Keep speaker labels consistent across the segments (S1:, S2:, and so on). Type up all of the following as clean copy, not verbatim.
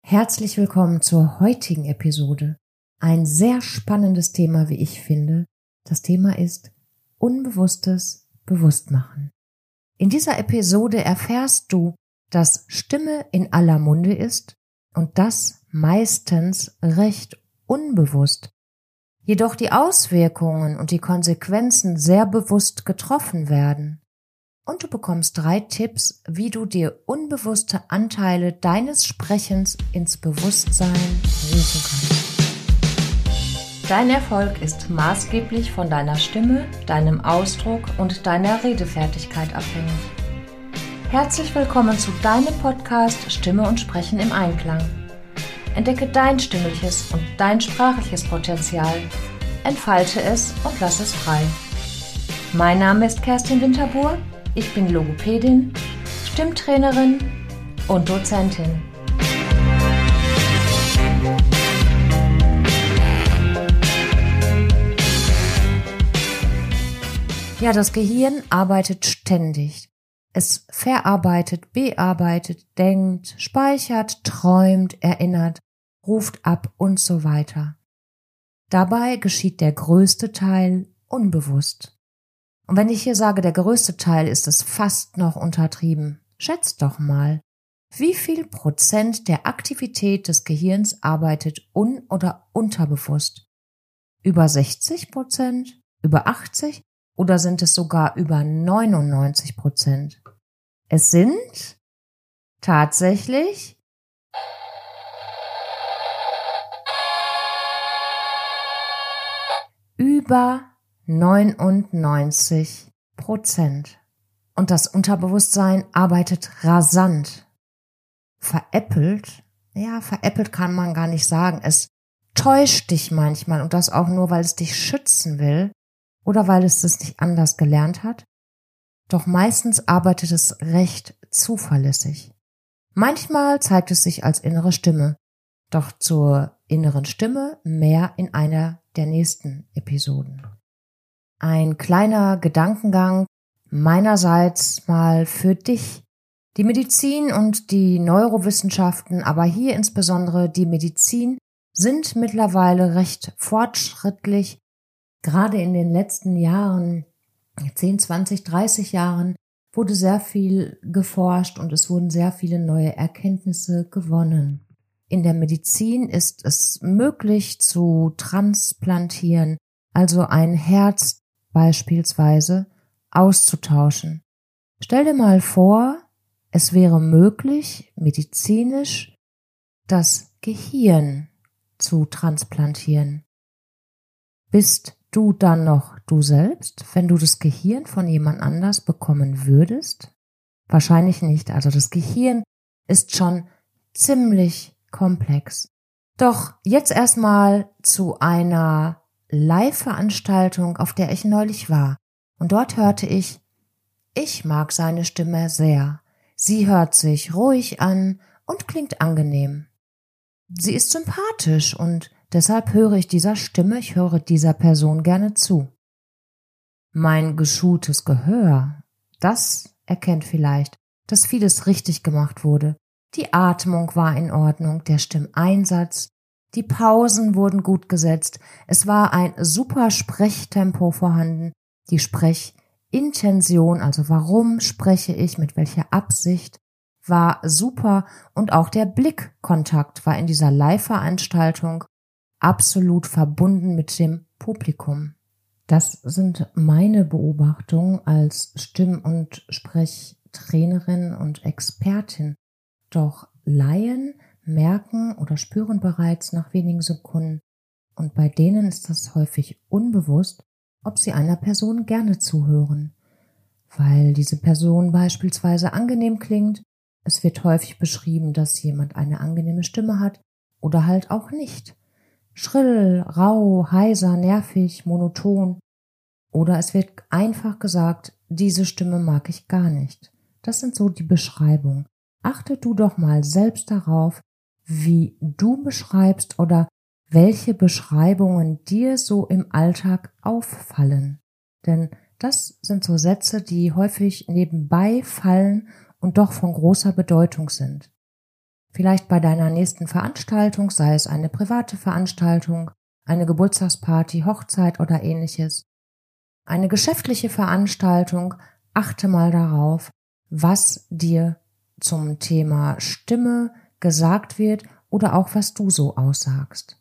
S1: Herzlich willkommen zur heutigen Episode. Ein sehr spannendes Thema, wie ich finde. Das Thema ist Unbewusstes Bewusstmachen. In dieser Episode erfährst du, dass Stimme in aller Munde ist und das meistens recht unbewusst. Jedoch die Auswirkungen und die Konsequenzen sehr bewusst getroffen werden. Und du bekommst 3 Tipps, wie du dir unbewusste Anteile deines Sprechens ins Bewusstsein rufen kannst. Dein Erfolg ist maßgeblich von deiner Stimme, deinem Ausdruck und deiner Redefertigkeit abhängig. Herzlich willkommen zu deinem Podcast Stimme und Sprechen im Einklang. Entdecke dein stimmliches und dein sprachliches Potenzial, entfalte es und lass es frei. Mein Name ist Kerstin Winterbuhr, ich bin Logopädin, Stimmtrainerin und Dozentin. Ja, das Gehirn arbeitet ständig. Es verarbeitet, bearbeitet, denkt, speichert, träumt, erinnert, ruft ab und so weiter. Dabei geschieht der größte Teil unbewusst. Und wenn ich hier sage, der größte Teil, ist es fast noch untertrieben. Schätzt doch mal, wie viel Prozent der Aktivität des Gehirns arbeitet un- oder unterbewusst? Über 60%? Über 80%? Oder sind es sogar über 99%? Es sind tatsächlich über 99%. Und das Unterbewusstsein arbeitet rasant. Veräppelt? Ja, veräppelt kann man gar nicht sagen. Es täuscht dich manchmal und das auch nur, weil es dich schützen will oder weil es nicht anders gelernt hat. Doch meistens arbeitet es recht zuverlässig. Manchmal zeigt es sich als innere Stimme. Doch zur inneren Stimme mehr in einer der nächsten Episoden. Ein kleiner Gedankengang meinerseits mal für dich. Die Medizin und die Neurowissenschaften, aber hier insbesondere die Medizin, sind mittlerweile recht fortschrittlich. Gerade in den letzten Jahren, 10, 20, 30 Jahren, wurde sehr viel geforscht und es wurden sehr viele neue Erkenntnisse gewonnen. In der Medizin ist es möglich zu transplantieren, also ein Herz beispielsweise auszutauschen. Stell dir mal vor, es wäre möglich, medizinisch das Gehirn zu transplantieren. Bist du dann noch du selbst, wenn du das Gehirn von jemand anders bekommen würdest? Wahrscheinlich nicht. Also das Gehirn ist schon ziemlich komplex. Doch jetzt erstmal zu einer Live-Veranstaltung, auf der ich neulich war. Und dort hörte ich mag seine Stimme sehr. Sie hört sich ruhig an und klingt angenehm. Sie ist sympathisch und deshalb höre ich dieser Stimme, ich höre dieser Person gerne zu. Mein geschultes Gehör, das erkennt vielleicht, dass vieles richtig gemacht wurde. Die Atmung war in Ordnung, der Stimmeinsatz, die Pausen wurden gut gesetzt, es war ein super Sprechtempo vorhanden, die Sprechintention, also warum spreche ich, mit welcher Absicht, war super und auch der Blickkontakt war in dieser Live-Veranstaltung absolut verbunden mit dem Publikum. Das sind meine Beobachtungen als Stimm- und Sprechtrainerin und Expertin. Doch Laien merken oder spüren bereits nach wenigen Sekunden und bei denen ist das häufig unbewusst, ob sie einer Person gerne zuhören, weil diese Person beispielsweise angenehm klingt. Es wird häufig beschrieben, dass jemand eine angenehme Stimme hat oder halt auch nicht. Schrill, rau, heiser, nervig, monoton. Oder es wird einfach gesagt, diese Stimme mag ich gar nicht. Das sind so die Beschreibungen. Achte du doch mal selbst darauf, wie du beschreibst oder welche Beschreibungen dir so im Alltag auffallen. Denn das sind so Sätze, die häufig nebenbei fallen und doch von großer Bedeutung sind. Vielleicht bei deiner nächsten Veranstaltung, sei es eine private Veranstaltung, eine Geburtstagsparty, Hochzeit oder ähnliches. Eine geschäftliche Veranstaltung, achte mal darauf, was dir zum Thema Stimme gesagt wird oder auch was du so aussagst.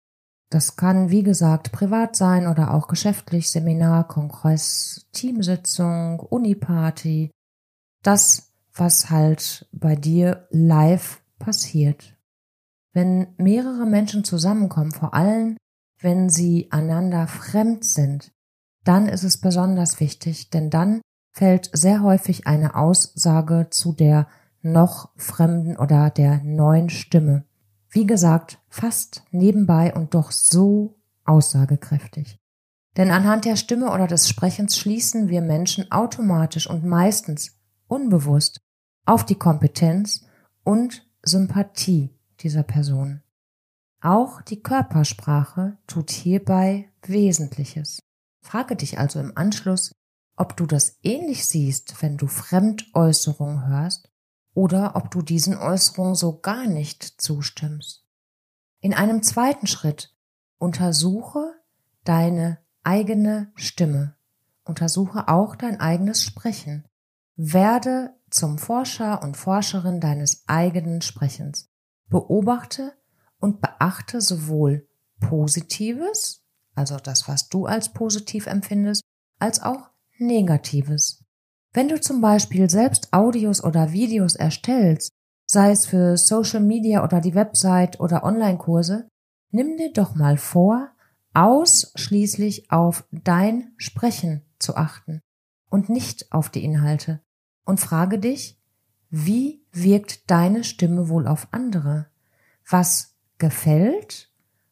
S1: Das kann, wie gesagt, privat sein oder auch geschäftlich, Seminar, Kongress, Teamsitzung, Uniparty. Das, was halt bei dir live passiert. Wenn mehrere Menschen zusammenkommen, vor allem wenn sie einander fremd sind, dann ist es besonders wichtig, denn dann fällt sehr häufig eine Aussage zu der noch fremden oder der neuen Stimme. Wie gesagt, fast nebenbei und doch so aussagekräftig. Denn anhand der Stimme oder des Sprechens schließen wir Menschen automatisch und meistens unbewusst auf die Kompetenz und Sympathie dieser Person. Auch die Körpersprache tut hierbei Wesentliches. Frage dich also im Anschluss, ob du das ähnlich siehst, wenn du Fremdäußerungen hörst, oder ob du diesen Äußerungen so gar nicht zustimmst. In einem zweiten Schritt untersuche deine eigene Stimme. Untersuche auch dein eigenes Sprechen. Werde zum Forscher und Forscherin deines eigenen Sprechens. Beobachte und beachte sowohl Positives, also das, was du als positiv empfindest, als auch Negatives. Wenn du zum Beispiel selbst Audios oder Videos erstellst, sei es für Social Media oder die Website oder Online-Kurse, nimm dir doch mal vor, ausschließlich auf dein Sprechen zu achten und nicht auf die Inhalte. Und frage dich, wie wirkt deine Stimme wohl auf andere? Was gefällt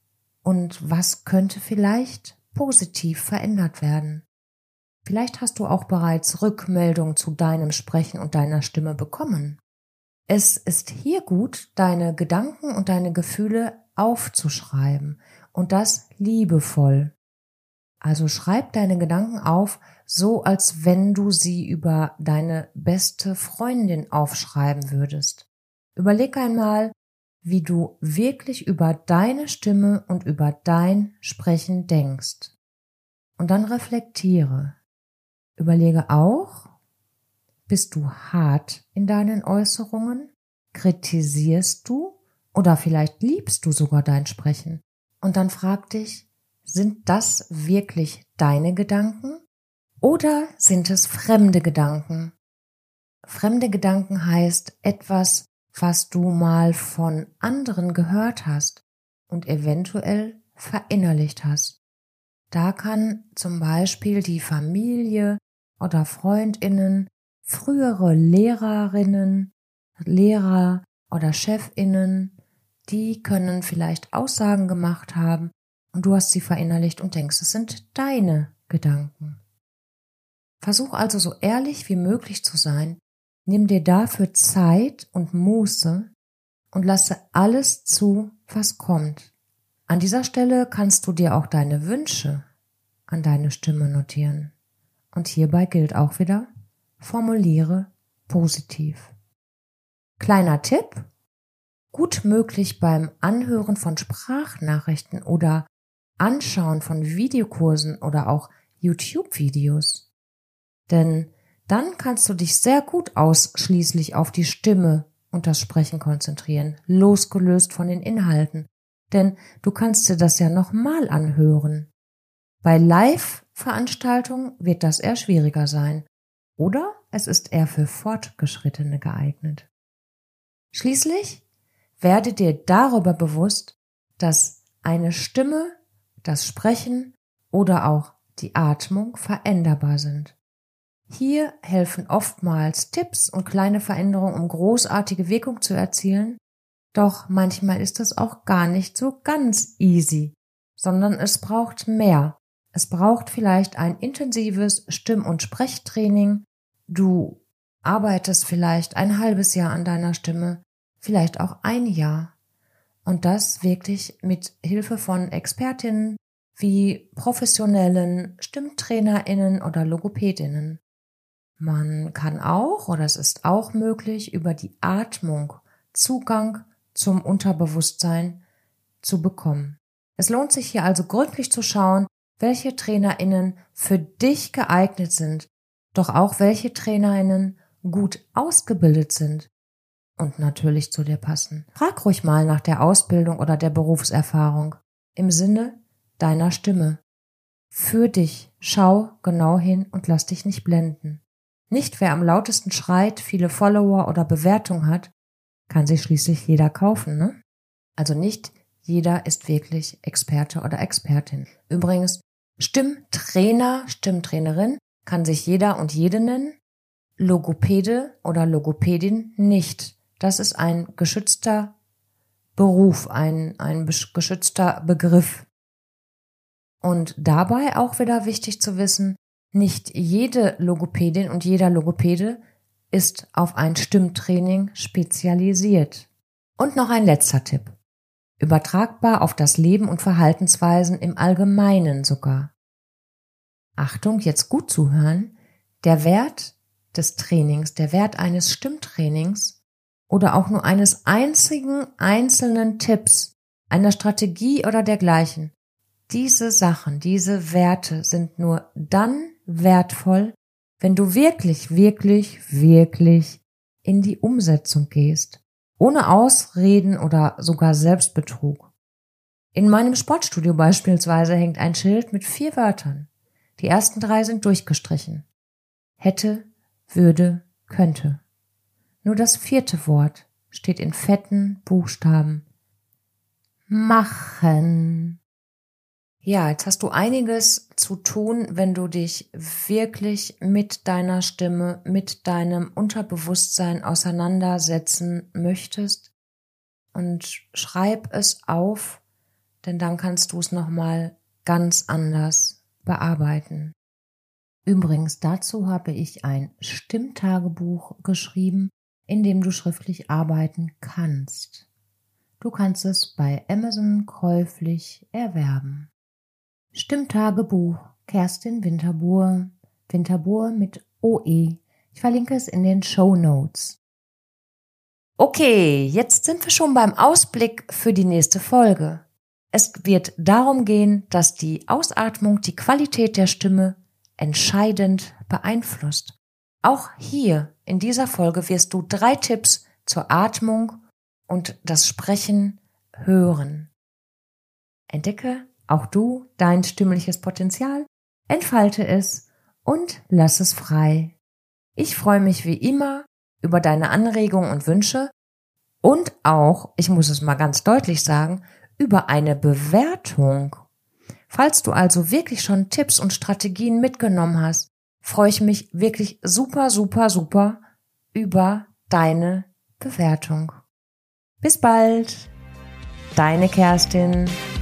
S1: und was könnte vielleicht positiv verändert werden? Vielleicht hast du auch bereits Rückmeldung zu deinem Sprechen und deiner Stimme bekommen. Es ist hier gut, deine Gedanken und deine Gefühle aufzuschreiben und das liebevoll. Also schreib deine Gedanken auf, so als wenn du sie über deine beste Freundin aufschreiben würdest. Überleg einmal, wie du wirklich über deine Stimme und über dein Sprechen denkst. Und dann reflektiere. Überlege auch, bist du hart in deinen Äußerungen? Kritisierst du oder vielleicht liebst du sogar dein Sprechen? Und dann frag dich, sind das wirklich deine Gedanken oder sind es fremde Gedanken? Fremde Gedanken heißt etwas, was du mal von anderen gehört hast und eventuell verinnerlicht hast. Da kann zum Beispiel die Familie oder FreundInnen, frühere Lehrerinnen, Lehrer oder ChefInnen, die können vielleicht Aussagen gemacht haben und du hast sie verinnerlicht und denkst, es sind deine Gedanken. Versuch also so ehrlich wie möglich zu sein, nimm dir dafür Zeit und Muße und lasse alles zu, was kommt. An dieser Stelle kannst du dir auch deine Wünsche an deine Stimme notieren. Und hierbei gilt auch wieder, formuliere positiv. Kleiner Tipp, gut möglich beim Anhören von Sprachnachrichten oder Anschauen von Videokursen oder auch YouTube-Videos. Denn dann kannst du dich sehr gut ausschließlich auf die Stimme und das Sprechen konzentrieren, losgelöst von den Inhalten. Denn du kannst dir das ja nochmal anhören. Bei Live-Veranstaltungen wird das eher schwieriger sein. Oder es ist eher für Fortgeschrittene geeignet. Schließlich werde dir darüber bewusst, dass eine Stimme, das Sprechen oder auch die Atmung veränderbar sind. Hier helfen oftmals Tipps und kleine Veränderungen, um großartige Wirkung zu erzielen, doch manchmal ist es auch gar nicht so ganz easy, sondern es braucht mehr. Es braucht vielleicht ein intensives Stimm- und Sprechtraining. Du arbeitest vielleicht ein halbes Jahr an deiner Stimme, vielleicht auch ein Jahr. Und das wirklich mit Hilfe von Expertinnen wie professionellen StimmtrainerInnen oder LogopädInnen. Man kann auch, oder es ist auch möglich, über die Atmung Zugang zum Unterbewusstsein zu bekommen. Es lohnt sich hier also gründlich zu schauen, welche TrainerInnen für dich geeignet sind, doch auch welche TrainerInnen gut ausgebildet sind und natürlich zu dir passen. Frag ruhig mal nach der Ausbildung oder der Berufserfahrung im Sinne deiner Stimme. Für dich, schau genau hin und lass dich nicht blenden. Nicht wer am lautesten schreit, viele Follower oder Bewertungen hat, kann sich schließlich jeder kaufen, ne? Also nicht jeder ist wirklich Experte oder Expertin. Übrigens, Stimmtrainer, Stimmtrainerin kann sich jeder und jede nennen, Logopäde oder Logopädin nicht. Das ist ein geschützter Beruf, ein geschützter Begriff. Und dabei auch wieder wichtig zu wissen, nicht jede Logopädin und jeder Logopäde ist auf ein Stimmtraining spezialisiert. Und noch ein letzter Tipp. Übertragbar auf das Leben und Verhaltensweisen im Allgemeinen sogar. Achtung, jetzt gut zuhören. Der Wert des Trainings, der Wert eines Stimmtrainings oder auch nur eines einzelnen Tipps, einer Strategie oder dergleichen. Diese Sachen, diese Werte sind nur dann wertvoll, wenn du wirklich in die Umsetzung gehst. Ohne Ausreden oder sogar Selbstbetrug. In meinem Sportstudio beispielsweise hängt ein Schild mit 4 Wörtern. Die ersten 3 sind durchgestrichen. Hätte, würde, könnte. Nur das 4. Wort steht in fetten Buchstaben. Machen. Ja, jetzt hast du einiges zu tun, wenn du dich wirklich mit deiner Stimme, mit deinem Unterbewusstsein auseinandersetzen möchtest. Und schreib es auf, denn dann kannst du es nochmal ganz anders bearbeiten. Übrigens, dazu habe ich ein Stimmtagebuch geschrieben, in dem du schriftlich arbeiten kannst. Du kannst es bei Amazon käuflich erwerben. Stimmtagebuch Kerstin Winterbuhr, Winterbuhr mit OE. Ich verlinke es in den Shownotes. Okay, jetzt sind wir schon beim Ausblick für die nächste Folge. Es wird darum gehen, dass die Ausatmung die Qualität der Stimme entscheidend beeinflusst. Auch hier in dieser Folge wirst du 3 Tipps zur Atmung und das Sprechen hören. Entdecke auch du dein stimmliches Potenzial, entfalte es und lass es frei. Ich freue mich wie immer über deine Anregungen und Wünsche und auch, ich muss es mal ganz deutlich sagen, über eine Bewertung. Falls du also wirklich schon Tipps und Strategien mitgenommen hast, freue ich mich wirklich super über deine Bewertung. Bis bald, deine Kerstin.